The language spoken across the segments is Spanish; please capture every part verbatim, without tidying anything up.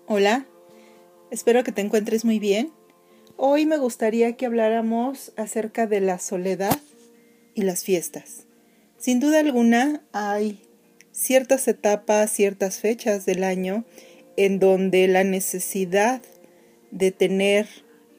Hola, espero que te encuentres muy bien. Hoy me gustaría que habláramos acerca de la soledad y las fiestas. Sin duda alguna hay ciertas etapas, ciertas fechas del año en donde la necesidad de tener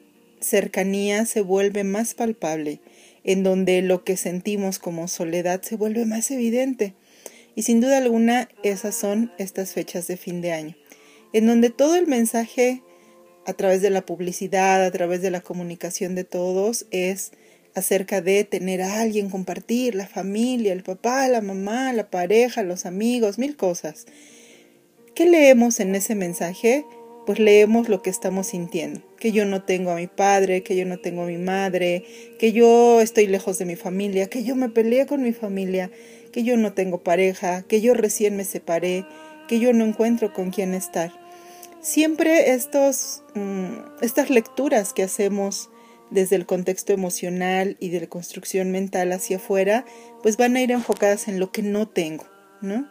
cercanía se vuelve más palpable, en donde lo que sentimos como soledad se vuelve más evidente. Y sin duda alguna esas son estas fechas de fin de año, en donde todo el mensaje a través de la publicidad, a través de la comunicación de todos, es acerca de tener a alguien, compartir, la familia, el papá, la mamá, la pareja, los amigos, mil cosas. ¿Qué leemos en ese mensaje? Pues leemos lo que estamos sintiendo, que yo no tengo a mi padre, que yo no tengo a mi madre, que yo estoy lejos de mi familia, que yo me peleé con mi familia, que yo no tengo pareja, que yo recién me separé, que yo no encuentro con quién estar. Siempre estos, um, estas lecturas que hacemos desde el contexto emocional y de la construcción mental hacia afuera, pues van a ir enfocadas en lo que no tengo, ¿no?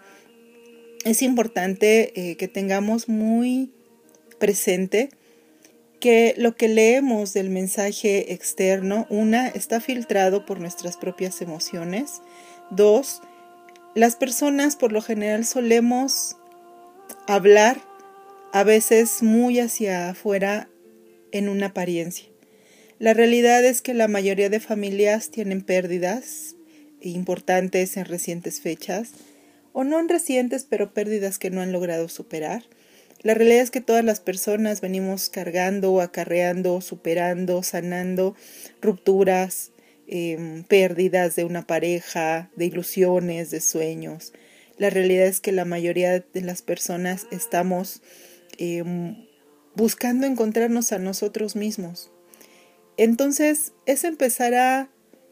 Es importante eh, que tengamos muy presente que lo que leemos del mensaje externo, una, está filtrado por nuestras propias emociones. Dos, las personas por lo general solemos hablar a veces muy hacia afuera en una apariencia. La realidad es que la mayoría de familias tienen pérdidas importantes en recientes fechas, o no en recientes, pero pérdidas que no han logrado superar. La realidad es que todas las personas venimos cargando, acarreando, superando, sanando rupturas, eh, pérdidas de una pareja, de ilusiones, de sueños. La realidad es que la mayoría de las personas estamos eh, buscando encontrarnos a nosotros mismos. Entonces es empezar a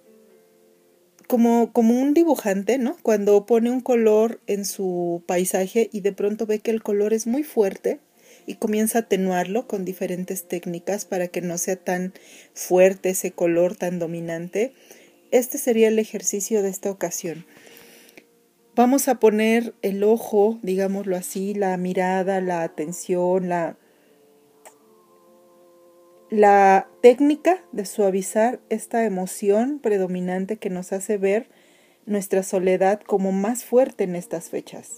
Como, como un dibujante, ¿no? Cuando pone un color en su paisaje y de pronto ve que el color es muy fuerte y comienza a atenuarlo con diferentes técnicas para que no sea tan fuerte ese color tan dominante. Este sería el ejercicio de esta ocasión. Vamos a poner el ojo, digámoslo así, la mirada, la atención, la... La técnica de suavizar esta emoción predominante que nos hace ver nuestra soledad como más fuerte en estas fechas.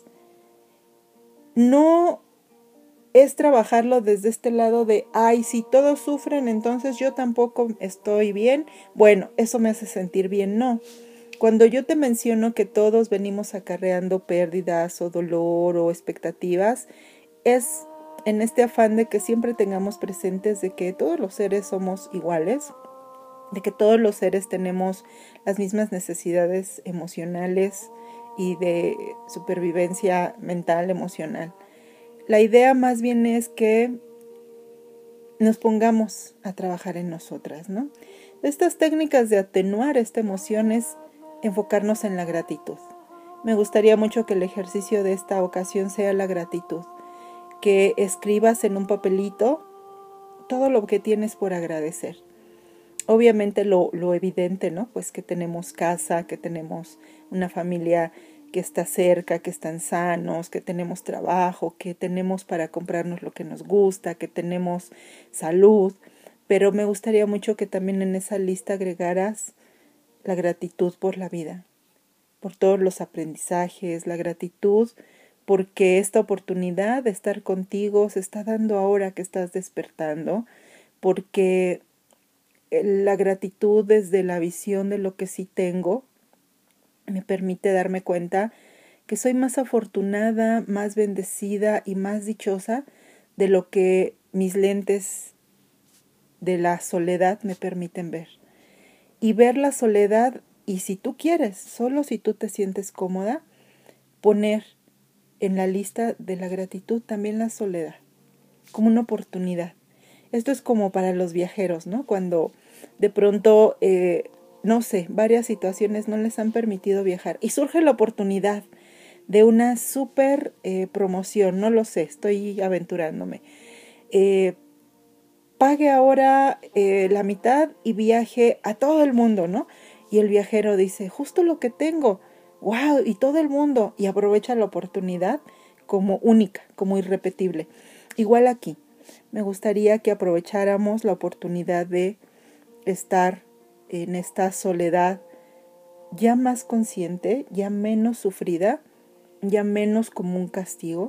No es trabajarlo desde este lado de, ay, si todos sufren, entonces yo tampoco estoy bien. Bueno, eso me hace sentir bien. No. Cuando yo te menciono que todos venimos acarreando pérdidas o dolor o expectativas, es en este afán de que siempre tengamos presentes de que todos los seres somos iguales, de que todos los seres tenemos las mismas necesidades emocionales y de supervivencia mental, emocional. La idea más bien es que nos pongamos a trabajar en nosotras, ¿no? Estas técnicas de atenuar esta emoción es enfocarnos en la gratitud. Me gustaría mucho que el ejercicio de esta ocasión sea la gratitud. Que escribas en un papelito todo lo que tienes por agradecer. Obviamente lo, lo evidente, ¿no? Pues que tenemos casa, que tenemos una familia que está cerca, que están sanos, que tenemos trabajo, que tenemos para comprarnos lo que nos gusta, que tenemos salud. Pero me gustaría mucho que también en esa lista agregaras la gratitud por la vida, por todos los aprendizajes, la gratitud porque esta oportunidad de estar contigo se está dando ahora que estás despertando, porque la gratitud desde la visión de lo que sí tengo me permite darme cuenta que soy más afortunada, más bendecida y más dichosa de lo que mis lentes de la soledad me permiten ver. Y ver la soledad, y si tú quieres, solo si tú te sientes cómoda, poner en la lista de la gratitud también la soledad, como una oportunidad. Esto es como para los viajeros, ¿no? Cuando de pronto, eh, no sé, varias situaciones no les han permitido viajar y surge la oportunidad de una súper eh, promoción, no lo sé, estoy aventurándome. Eh, pague ahora eh, la mitad y viaje a todo el mundo, ¿no? Y el viajero dice, justo lo que tengo. ¡Wow! Y todo el mundo, y aprovecha la oportunidad como única, como irrepetible. Igual aquí, me gustaría que aprovecháramos la oportunidad de estar en esta soledad ya más consciente, ya menos sufrida, ya menos como un castigo,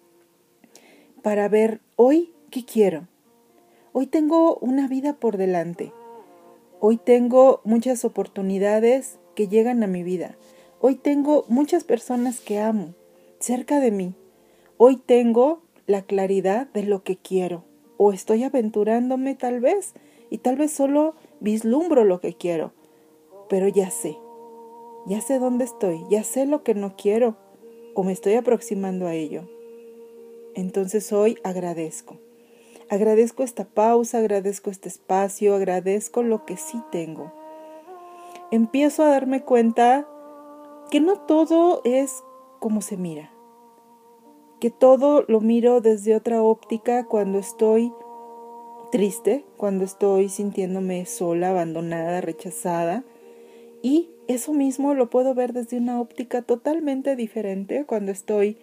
para ver hoy qué quiero. Hoy tengo una vida por delante. Hoy tengo muchas oportunidades que llegan a mi vida. Hoy tengo muchas personas que amo cerca de mí. Hoy tengo la claridad de lo que quiero. O estoy aventurándome tal vez, y tal vez solo vislumbro lo que quiero. Pero ya sé, ya sé dónde estoy, ya sé lo que no quiero, o me estoy aproximando a ello. Entonces hoy agradezco. Agradezco esta pausa, agradezco este espacio, agradezco lo que sí tengo. Empiezo a darme cuenta que no todo es como se mira, que todo lo miro desde otra óptica cuando estoy triste, cuando estoy sintiéndome sola, abandonada, rechazada, y eso mismo lo puedo ver desde una óptica totalmente diferente cuando estoy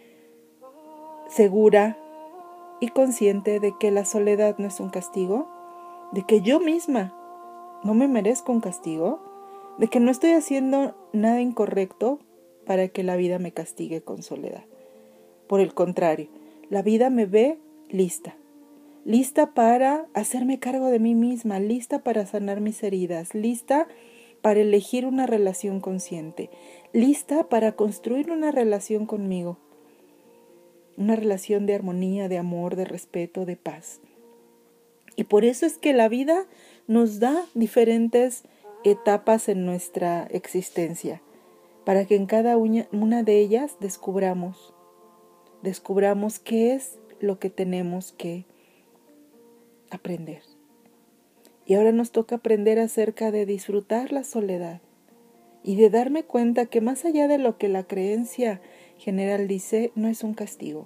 segura y consciente de que la soledad no es un castigo, de que yo misma no me merezco un castigo, de que no estoy haciendo nada incorrecto para que la vida me castigue con soledad. Por el contrario, la vida me ve lista, lista para hacerme cargo de mí misma, lista para sanar mis heridas, lista para elegir una relación consciente, lista para construir una relación conmigo. Una relación de armonía, de amor, de respeto, de paz. Y por eso es que la vida nos da diferentes etapas en nuestra existencia, para que en cada una de ellas descubramos, descubramos qué es lo que tenemos que aprender. Y ahora nos toca aprender acerca de disfrutar la soledad y de darme cuenta que más allá de lo que la creencia general dice, no es un castigo.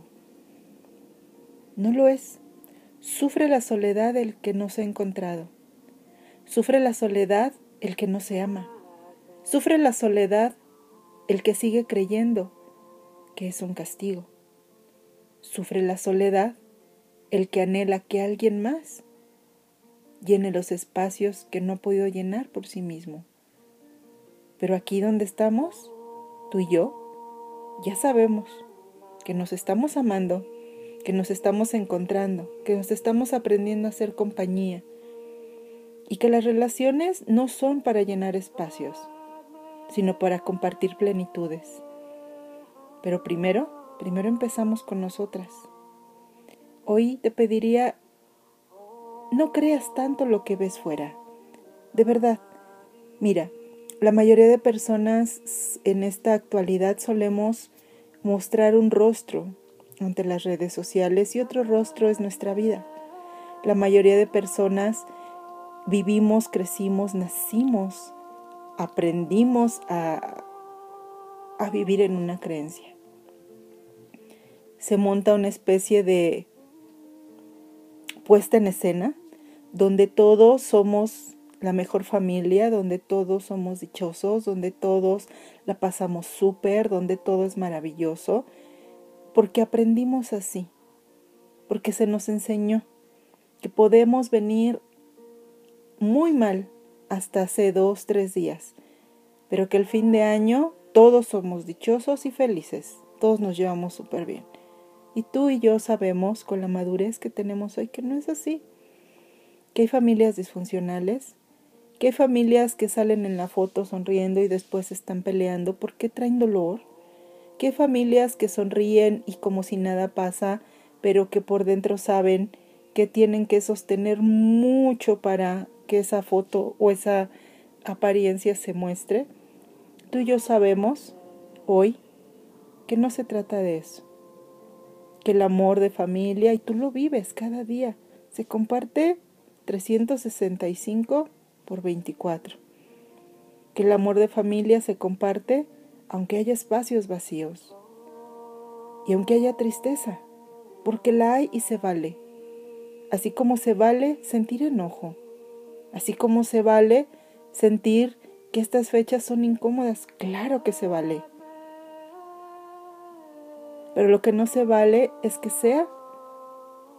No lo es. Sufre la soledad el que no se ha encontrado. Sufre la soledad el que no se ama. Sufre la soledad el que sigue creyendo que es un castigo. Sufre la soledad el que anhela que alguien más llene los espacios que no ha podido llenar por sí mismo. Pero aquí donde estamos, tú y yo, ya sabemos que nos estamos amando, que nos estamos encontrando, que nos estamos aprendiendo a hacer compañía y que las relaciones no son para llenar espacios, sino para compartir plenitudes. Pero primero, primero empezamos con nosotras. Hoy te pediría, no creas tanto lo que ves fuera. De verdad, mira, la mayoría de personas en esta actualidad solemos mostrar un rostro ante las redes sociales y otro rostro es nuestra vida. La mayoría de personas vivimos, crecimos, nacimos, aprendimos a, a vivir en una creencia. Se monta una especie de puesta en escena donde todos somos la mejor familia, donde todos somos dichosos, donde todos la pasamos súper, donde todo es maravilloso, porque aprendimos así, porque se nos enseñó que podemos venir muy mal hasta hace dos, tres días, pero que el fin de año todos somos dichosos y felices, todos nos llevamos súper bien. Y tú y yo sabemos con la madurez que tenemos hoy que no es así, que hay familias disfuncionales, que hay familias que salen en la foto sonriendo y después están peleando porque traen dolor, que hay familias que sonríen y como si nada pasa, pero que por dentro saben que tienen que sostener mucho para que esa foto o esa apariencia se muestre. Tú y yo sabemos hoy que no se trata de eso, que el amor de familia, y tú lo vives cada día, se comparte trescientos sesenta y cinco por veinticuatro, que el amor de familia se comparte aunque haya espacios vacíos y aunque haya tristeza, porque la hay y se vale, así como se vale sentir enojo, así como se vale sentir que estas fechas son incómodas, claro que se vale. Pero lo que no se vale es que sea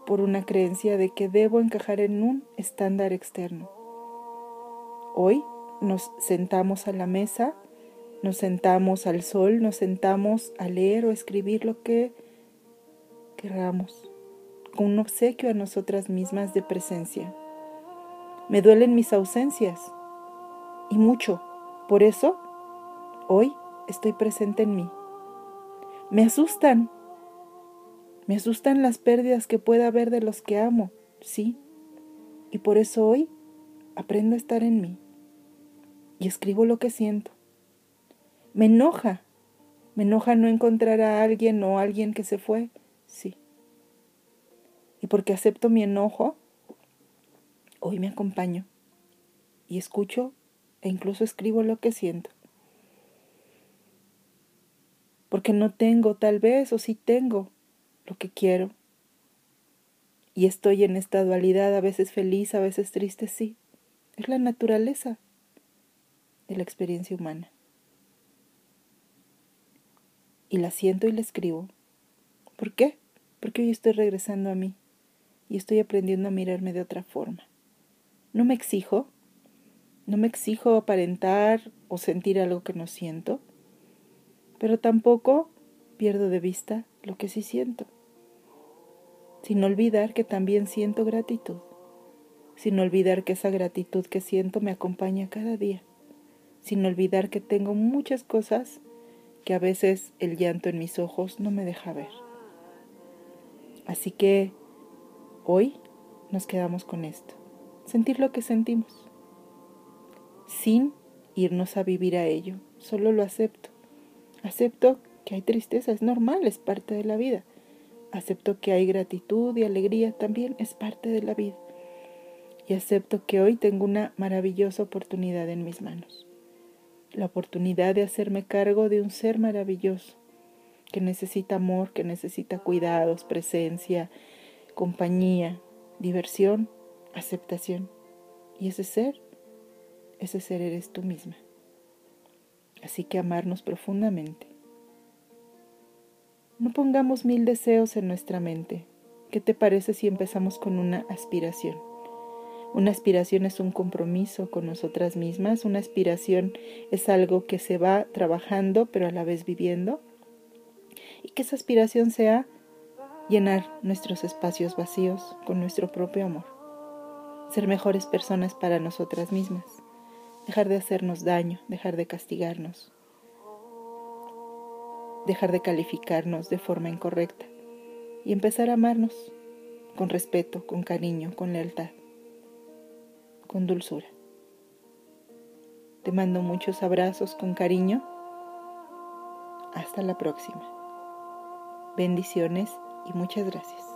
por una creencia de que debo encajar en un estándar externo. Hoy nos sentamos a la mesa, nos sentamos al sol, nos sentamos a leer o escribir lo que queramos, con un obsequio a nosotras mismas de presencia. Me duelen mis ausencias, y mucho. Por eso, hoy estoy presente en mí. Me asustan. Me asustan las pérdidas que pueda haber de los que amo, sí. Y por eso hoy aprendo a estar en mí y escribo lo que siento. Me enoja. Me enoja no encontrar a alguien o a alguien que se fue, sí. Y porque acepto mi enojo, hoy me acompaño y escucho e incluso escribo lo que siento. Porque no tengo, tal vez, o sí tengo lo que quiero. Y estoy en esta dualidad, a veces feliz, a veces triste, sí. Es la naturaleza de la experiencia humana. Y la siento y la escribo. ¿Por qué? Porque hoy estoy regresando a mí y estoy aprendiendo a mirarme de otra forma. No me exijo, no me exijo aparentar o sentir algo que no siento, pero tampoco pierdo de vista lo que sí siento. Sin olvidar que también siento gratitud, sin olvidar que esa gratitud que siento me acompaña cada día, sin olvidar que tengo muchas cosas que a veces el llanto en mis ojos no me deja ver. Así que hoy nos quedamos con esto, sentir lo que sentimos, sin irnos a vivir a ello, solo lo acepto. Acepto que hay tristeza, es normal, es parte de la vida. Acepto que hay gratitud y alegría, también es parte de la vida. Y acepto que hoy tengo una maravillosa oportunidad en mis manos. La oportunidad de hacerme cargo de un ser maravilloso, que necesita amor, que necesita cuidados, presencia, compañía, diversión, aceptación. Y ese ser, ese ser eres tú misma. Así que amarnos profundamente. No pongamos mil deseos en nuestra mente. ¿Qué te parece si empezamos con una aspiración? Una aspiración es un compromiso con nosotras mismas. Una aspiración es algo que se va trabajando, pero a la vez viviendo. Y que esa aspiración sea llenar nuestros espacios vacíos con nuestro propio amor. Ser mejores personas para nosotras mismas. Dejar de hacernos daño, dejar de castigarnos. Dejar de calificarnos de forma incorrecta. Y empezar a amarnos con respeto, con cariño, con lealtad, con dulzura. Te mando muchos abrazos con cariño. Hasta la próxima. Bendiciones y muchas gracias.